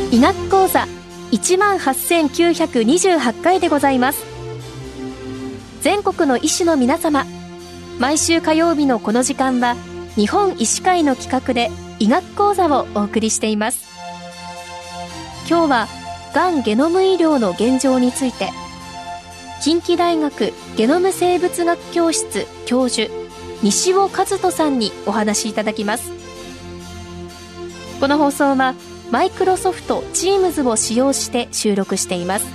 医学講座18,928回でございます。全国の医師の皆様、毎週火曜日のこの時間は日本医師会の企画で医学講座をお送りしています。今日はがんゲノム医療の現状について、近畿大学ゲノム生物学教室教授西尾和人さんにお話しいただきます。この放送はマイクロソフト Teams を使用して収録しています。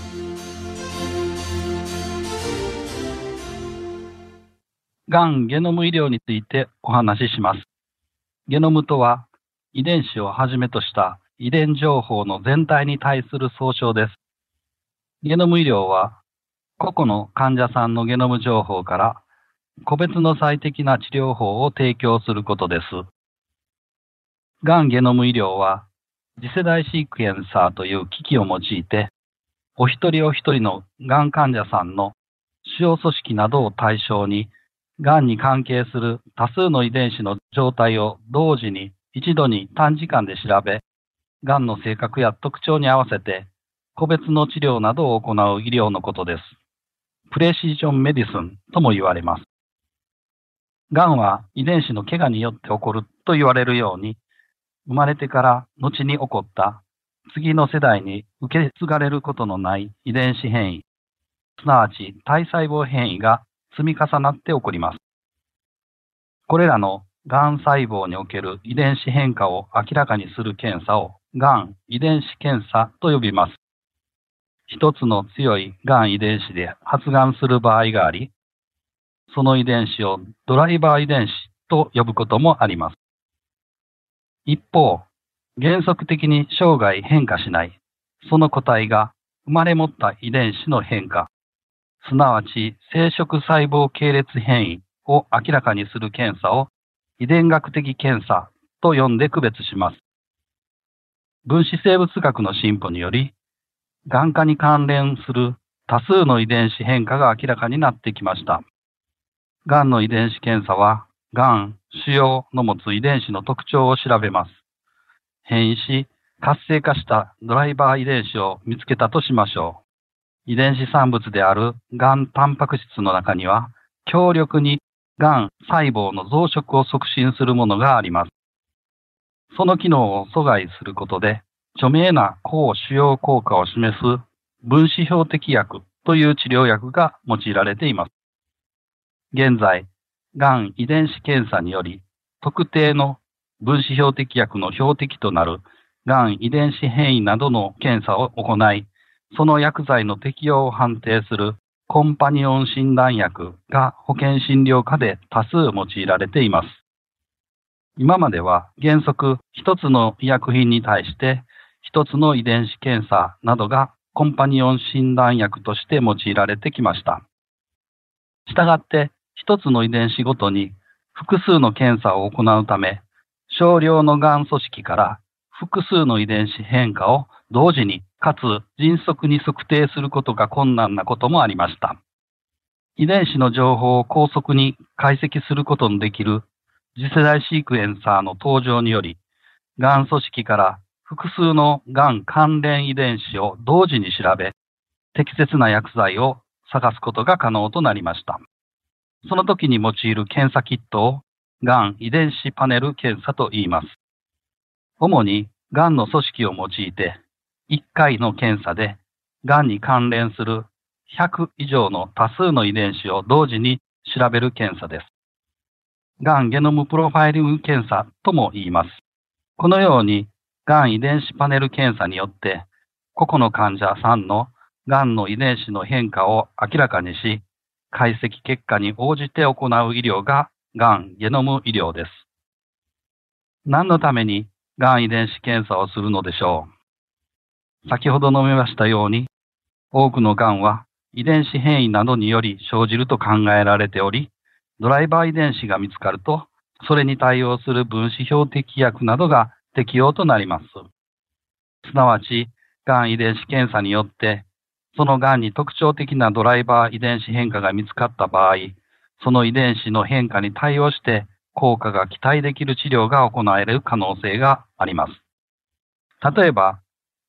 がんゲノム医療についてお話しします。ゲノムとは遺伝子をはじめとした遺伝情報の全体に対する総称です。ゲノム医療は個々の患者さんのゲノム情報から個別の最適な治療法を提供することです。がんゲノム医療は次世代シークエンサーという機器を用いて、お一人お一人のがん患者さんの主要組織などを対象に、がんに関係する多数の遺伝子の状態を同時に一度に短時間で調べ、がんの性格や特徴に合わせて個別の治療などを行う医療のことです。プレシジョンメディスンとも言われます。がんは遺伝子の怪我によって起こると言われるように、生まれてから後に起こった次の世代に受け継がれることのない遺伝子変異、すなわち体細胞変異が積み重なって起こります。これらのがん細胞における遺伝子変化を明らかにする検査をがん遺伝子検査と呼びます。一つの強いがん遺伝子で発がんする場合があり、その遺伝子をドライバー遺伝子と呼ぶこともあります。一方、原則的に生涯変化しない、その個体が生まれ持った遺伝子の変化、すなわち生殖細胞系列変異を明らかにする検査を遺伝学的検査と呼んで区別します。分子生物学の進歩により、がん化に関連する多数の遺伝子変化が明らかになってきました。がんの遺伝子検査は、がん、腫瘍の持つ遺伝子の特徴を調べます。変異し、活性化したドライバー遺伝子を見つけたとしましょう。遺伝子産物であるがんタンパク質の中には、強力にがん細胞の増殖を促進するものがあります。その機能を阻害することで、著名な抗腫瘍効果を示す分子標的薬という治療薬が用いられています。現在、がん遺伝子検査により、特定の分子標的薬の標的となるがん遺伝子変異などの検査を行い、その薬剤の適用を判定するコンパニオン診断薬が保険診療科で多数用いられています。今までは原則一つの医薬品に対して一つの遺伝子検査などがコンパニオン診断薬として用いられてきました。したがって一つの遺伝子ごとに複数の検査を行うため、少量のがん組織から複数の遺伝子変化を同時にかつ迅速に測定することが困難なこともありました。遺伝子の情報を高速に解析することのできる次世代シークエンサーの登場により、がん組織から複数のがん関連遺伝子を同時に調べ、適切な薬剤を探すことが可能となりました。その時に用いる検査キットをがん遺伝子パネル検査と言います。主にがんの組織を用いて1回の検査でがんに関連する100以上の多数の遺伝子を同時に調べる検査です。がんゲノムプロファイリング検査とも言います。このようにがん遺伝子パネル検査によって個々の患者さんのがんの遺伝子の変化を明らかにし、解析結果に応じて行う医療ががんゲノム医療です。何のためにがん遺伝子検査をするのでしょう。先ほど述べましたように、多くのがんは遺伝子変異などにより生じると考えられており、ドライバー遺伝子が見つかると、それに対応する分子標的薬などが適用となります。すなわち、がん遺伝子検査によって、そのがんに特徴的なドライバー遺伝子変化が見つかった場合、その遺伝子の変化に対応して効果が期待できる治療が行われる可能性があります。例えば、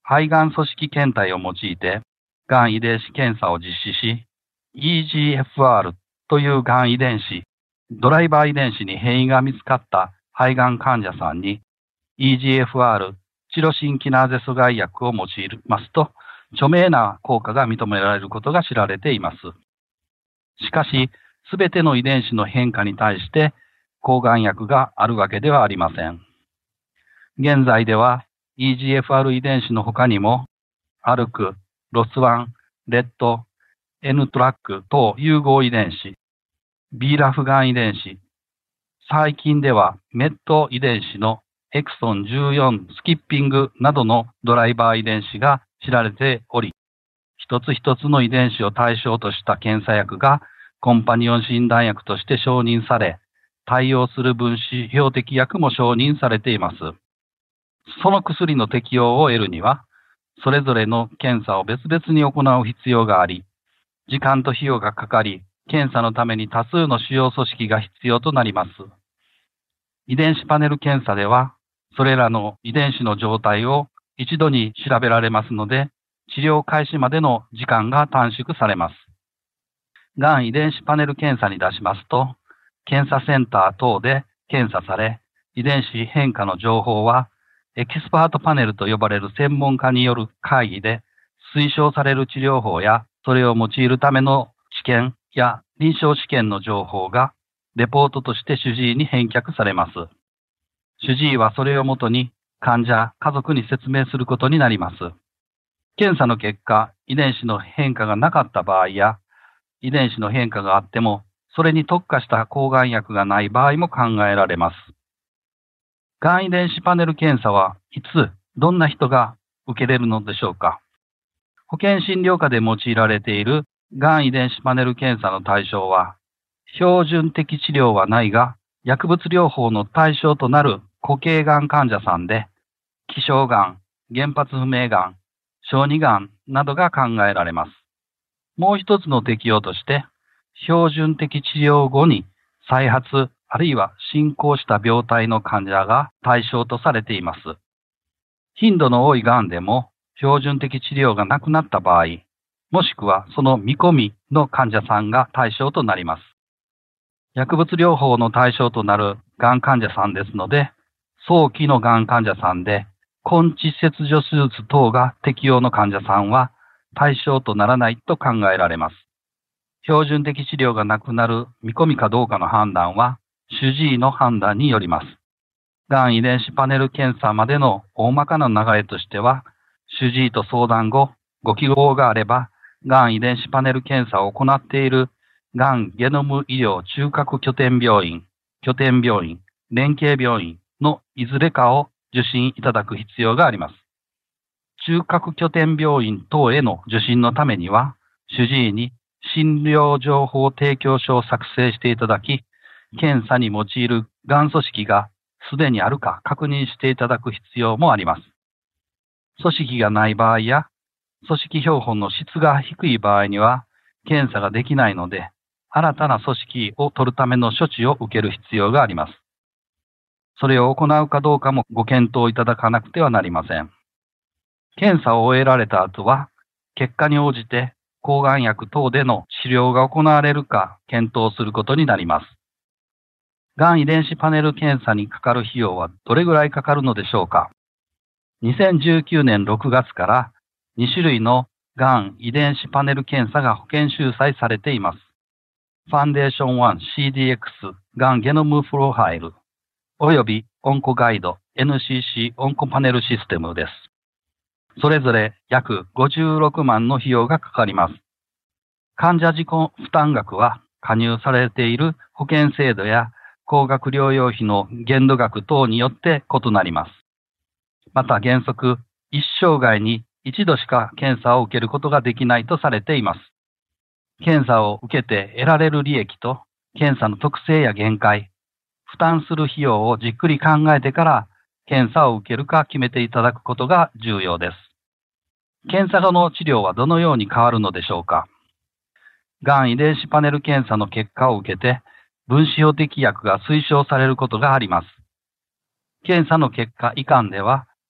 肺がん組織検体を用いて、がん遺伝子検査を実施し、EGFR というがん遺伝子、ドライバー遺伝子に変異が見つかった肺がん患者さんに、EGFR チロシンキナーゼ阻害薬を用いますと、著名な効果が認められることが知られています。しかし、すべての遺伝子の変化に対して抗がん薬があるわけではありません。現在では EGFR 遺伝子の他にも、ALK、ROS1、RET、NTRK 等融合遺伝子、BRAF がん遺伝子、最近ではMET 遺伝子のエクソン14スキッピングなどのドライバー遺伝子が知られており、一つ一つの遺伝子を対象とした検査薬がコンパニオン診断薬として承認され、対応する分子標的薬も承認されています。その薬の適用を得るには、それぞれの検査を別々に行う必要があり、時間と費用がかかり、検査のために多数の主要組織が必要となります。遺伝子パネル検査では、それらの遺伝子の状態を一度に調べられますので、治療開始までの時間が短縮されます。がん遺伝子パネル検査に出しますと、検査センター等で検査され、遺伝子変化の情報は、エキスパートパネルと呼ばれる専門家による会議で、推奨される治療法や、それを用いるための治験や臨床試験の情報が、レポートとして主治医に返却されます。主治医はそれをもとに患者、家族に説明することになります。検査の結果、遺伝子の変化がなかった場合や、遺伝子の変化があっても、それに特化した抗がん薬がない場合も考えられます。がん遺伝子パネル検査はいつ、どんな人が受けれるのでしょうか。保険診療科で用いられているがん遺伝子パネル検査の対象は、標準的治療はないが、薬物療法の対象となる固形がん患者さんで、希少がん、原発不明がん、小児がんなどが考えられます。もう一つの適用として、標準的治療後に再発あるいは進行した病態の患者が対象とされています。頻度の多いがんでも標準的治療がなくなった場合、もしくはその見込みの患者さんが対象となります。薬物療法の対象となるがん患者さんですので、早期のがん患者さんで根治切除手術等が適用の患者さんは対象とならないと考えられます。標準的治療がなくなる見込みかどうかの判断は主治医の判断によります。がん遺伝子パネル検査までの大まかな流れとしては、主治医と相談後、ご希望があれば、がん遺伝子パネル検査を行っているがんゲノム医療中核拠点病院、連携病院のいずれかを受診いただく必要があります。中核拠点病院等への受診のためには、主治医に診療情報提供書を作成していただき、検査に用いるがん組織がすでにあるか確認していただく必要もあります。組織がない場合や、組織標本の質が低い場合には、検査ができないので、新たな組織を取るための処置を受ける必要があります。それを行うかどうかもご検討いただかなくてはなりません。検査を終えられた後は、結果に応じて抗がん薬等での治療が行われるか検討することになります。がん遺伝子パネル検査にかかる費用はどれぐらいかかるのでしょうか。2019年6月から2種類のがん遺伝子パネル検査が保険収載されています。ファンデーション 1CDX がんゲノムプロファイルおよびオンコガイド NCC オンコパネルシステムです。それぞれ約56万の費用がかかります。患者自己負担額は加入されている保険制度や高額療養費の限度額等によって異なります。また原則、一生涯に一度しか検査を受けることができないとされています。検査を受けて得られる利益と検査の特性や限界、負担する費用をじっくり考えてから検査を受けるか決めていただくことが重要です。検査後の治療はどのように変わるのでしょうか。がん遺伝子パネル検査の結果を受けて分子標的薬が推奨されることがあります。検査の結果以下では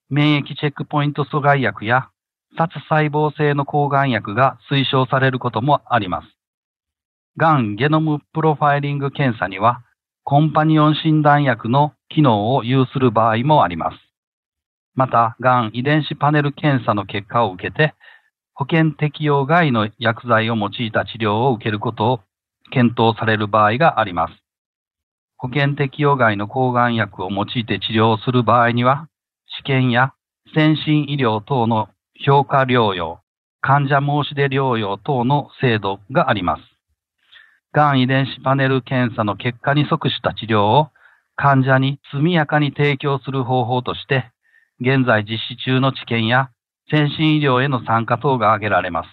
免疫チェックポイント阻害薬や殺細胞性の抗がん薬が推奨されることもあります。がんゲノムプロファイリング検査には、コンパニオン診断薬の機能を有する場合もあります。また、がん遺伝子パネル検査の結果を受けて、保険適用外の薬剤を用いた治療を受けることを検討される場合があります。保険適用外の抗がん薬を用いて治療する場合には、治験や先進医療等の評価療養、患者申し出療養等の制度があります。がん遺伝子パネル検査の結果に即した治療を患者に速やかに提供する方法として、現在実施中の治験や先進医療への参加等が挙げられます。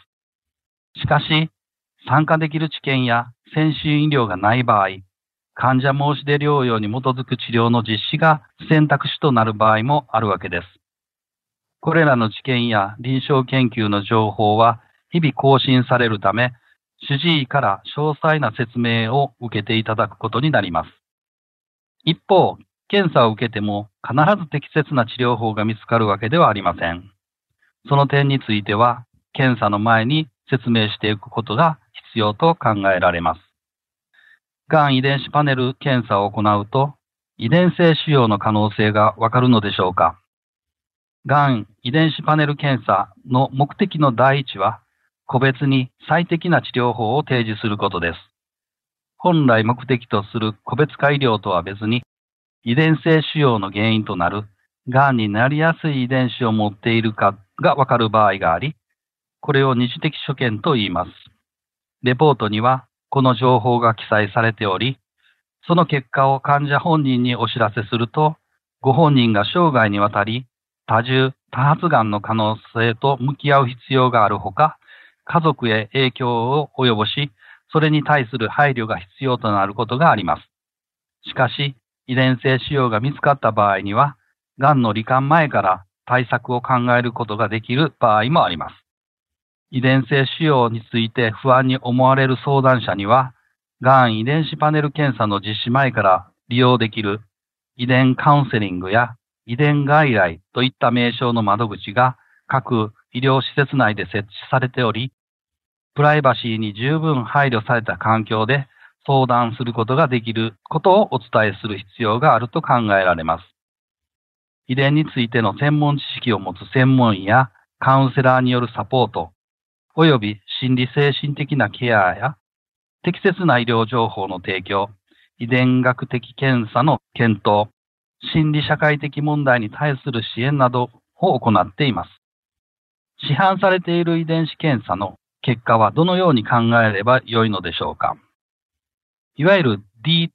しかし、参加できる治験や先進医療がない場合、患者申し出療養に基づく治療の実施が選択肢となる場合もあるわけです。これらの治験や臨床研究の情報は日々更新されるため、主治医から詳細な説明を受けていただくことになります。一方、検査を受けても必ず適切な治療法が見つかるわけではありません。その点については、検査の前に説明していくことが必要と考えられます。がん遺伝子パネル検査を行うと、遺伝性腫瘍の可能性がわかるのでしょうか。がん遺伝子パネル検査の目的の第一は、個別に最適な治療法を提示することです。本来目的とする個別化医療とは別に、遺伝性腫瘍の原因となるがんになりやすい遺伝子を持っているかがわかる場合があり、これを二次的所見と言います。レポートにはこの情報が記載されており、その結果を患者本人にお知らせすると、ご本人が生涯にわたり多重多発がんの可能性と向き合う必要があるほか、家族へ影響を及ぼし、それに対する配慮が必要となることがあります。しかし、遺伝性腫瘍が見つかった場合には、がんの罹患前から対策を考えることができる場合もあります。遺伝性腫瘍について不安に思われる相談者には、がん遺伝子パネル検査の実施前から利用できる遺伝カウンセリングや遺伝外来といった名称の窓口が各医療施設内で設置されており、プライバシーに十分配慮された環境で相談することができることをお伝えする必要があると考えられます。遺伝についての専門知識を持つ専門医やカウンセラーによるサポート、および心理精神的なケアや適切な医療情報の提供、遺伝学的検査の検討、心理社会的問題に対する支援などを行っています。市販されている遺伝子検査の結果はどのように考えればよいのでしょうか。いわゆる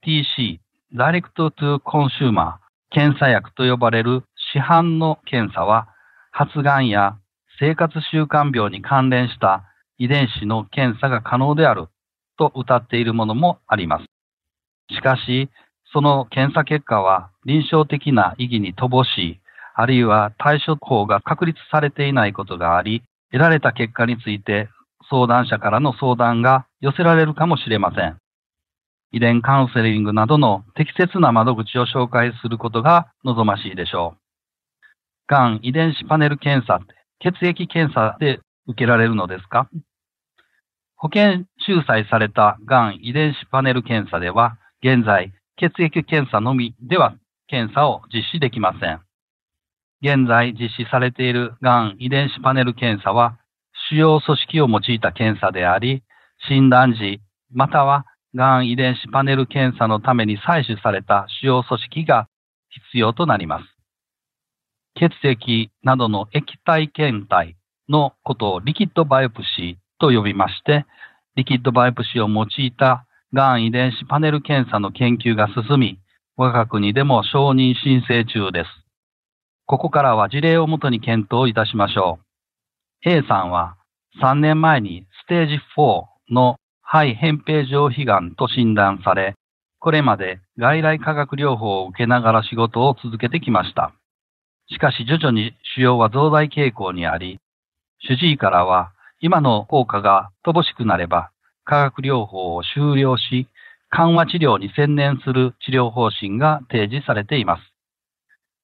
DTC、Direct to Consumer 検査薬と呼ばれる市販の検査は、発がんや生活習慣病に関連した遺伝子の検査が可能であると謳っているものもあります。しかし、その検査結果は臨床的な意義に乏しい、あるいは対処法が確立されていないことがあり、得られた結果について相談者からの相談が寄せられるかもしれません。遺伝カウンセリングなどの適切な窓口を紹介することが望ましいでしょう。がん遺伝子パネル検査って血液検査で受けられるのですか？保険収載されたがん遺伝子パネル検査では、現在血液検査のみでは検査を実施できません。現在実施されているがん遺伝子パネル検査は、主要組織を用いた検査であり、診断時、またはがん遺伝子パネル検査のために採取された主要組織が必要となります。血液などの液体検体のことをリキッドバイオプシーと呼びまして、リキッドバイオプシーを用いたがん遺伝子パネル検査の研究が進み、我が国でも承認申請中です。ここからは事例をもとに検討いたしましょう。A さんは3年前にステージ4の肺扁平上皮がんと診断され、これまで外来化学療法を受けながら仕事を続けてきました。しかし徐々に腫瘍は増大傾向にあり、主治医からは今の効果が乏しくなれば化学療法を終了し、緩和治療に専念する治療方針が提示されています。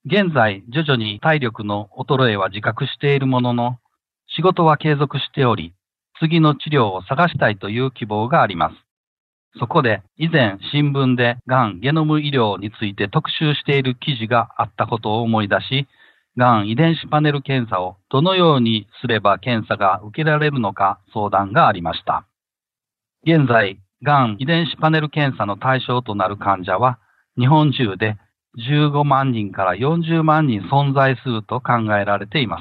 現在、徐々に体力の衰えは自覚しているものの、仕事は継続しており、次の治療を探したいという希望があります。そこで、以前新聞でがんゲノム医療について特集している記事があったことを思い出し、がん遺伝子パネル検査をどのようにすれば検査が受けられるのか相談がありました。現在、がん遺伝子パネル検査の対象となる患者は、日本中で15万人から40万人存在すると考えられています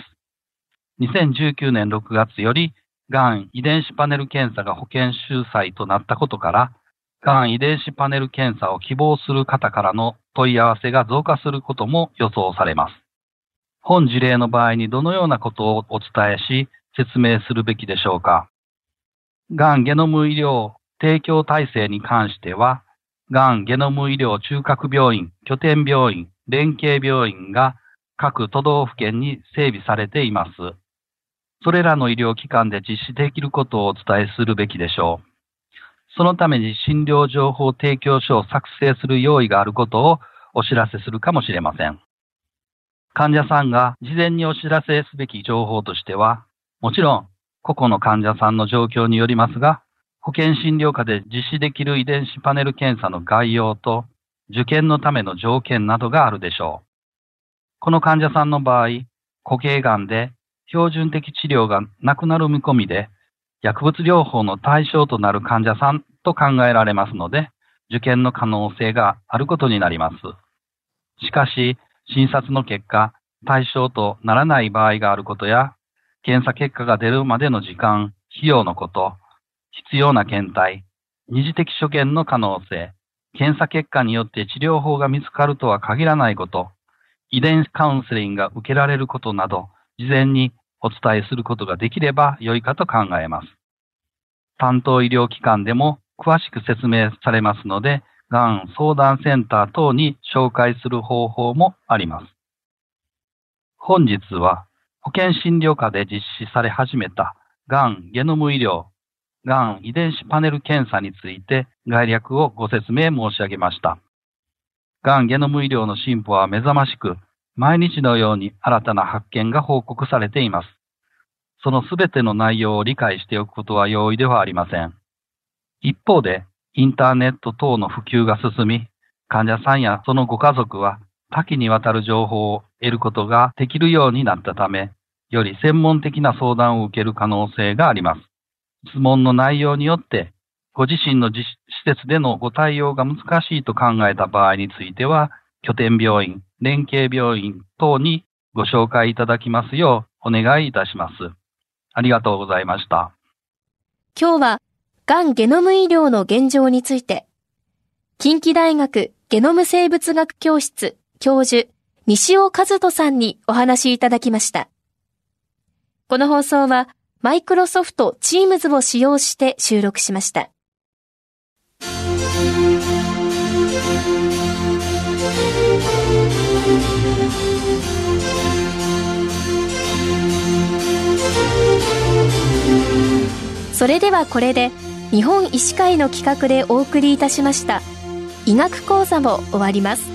。2019年6月より、がん遺伝子パネル検査が保険収載となったことから、がん遺伝子パネル検査を希望する方からの問い合わせが増加することも予想されます。本事例の場合にどのようなことをお伝えし、説明するべきでしょうか。がんゲノム医療提供体制に関しては、がんゲノム医療中核病院、拠点病院、連携病院が各都道府県に整備されています。それらの医療機関で実施できることをお伝えするべきでしょう。そのために診療情報提供書を作成する用意があることをお知らせするかもしれません。患者さんが事前にお知らせすべき情報としては、もちろん個々の患者さんの状況によりますが、保険診療科で実施できる遺伝子パネル検査の概要と受験のための条件などがあるでしょう。この患者さんの場合、固形がんで標準的治療がなくなる見込みで、薬物療法の対象となる患者さんと考えられますので、受験の可能性があることになります。しかし、診察の結果、対象とならない場合があることや、検査結果が出るまでの時間、費用のこと、必要な検体、二次的所見の可能性、検査結果によって治療法が見つかるとは限らないこと、遺伝子カウンセリングが受けられることなど、事前にお伝えすることができれば良いかと考えます。担当医療機関でも詳しく説明されますので、がん相談センター等に紹介する方法もあります。本日は保険診療科で実施され始めたがんゲノム医療、がん遺伝子パネル検査について概略をご説明申し上げました。がんゲノム医療の進歩は目覚ましく、毎日のように新たな発見が報告されています。そのすべての内容を理解しておくことは容易ではありません。一方で、インターネット等の普及が進み、患者さんやそのご家族は多岐にわたる情報を得ることができるようになったため、より専門的な相談を受ける可能性があります。質問の内容によって、ご自身の施設でのご対応が難しいと考えた場合については、拠点病院、連携病院等にご紹介いただきますようお願いいたします。ありがとうございました。 今日は、がんゲノム医療の現状について、近畿大学ゲノム生物学教室教授、西尾和人さんにお話しいただきました。この放送は、マイクロソフト Teams を使用して収録しました。それではこれで日本医師会の企画でお送りいたしました医学講座も終わります。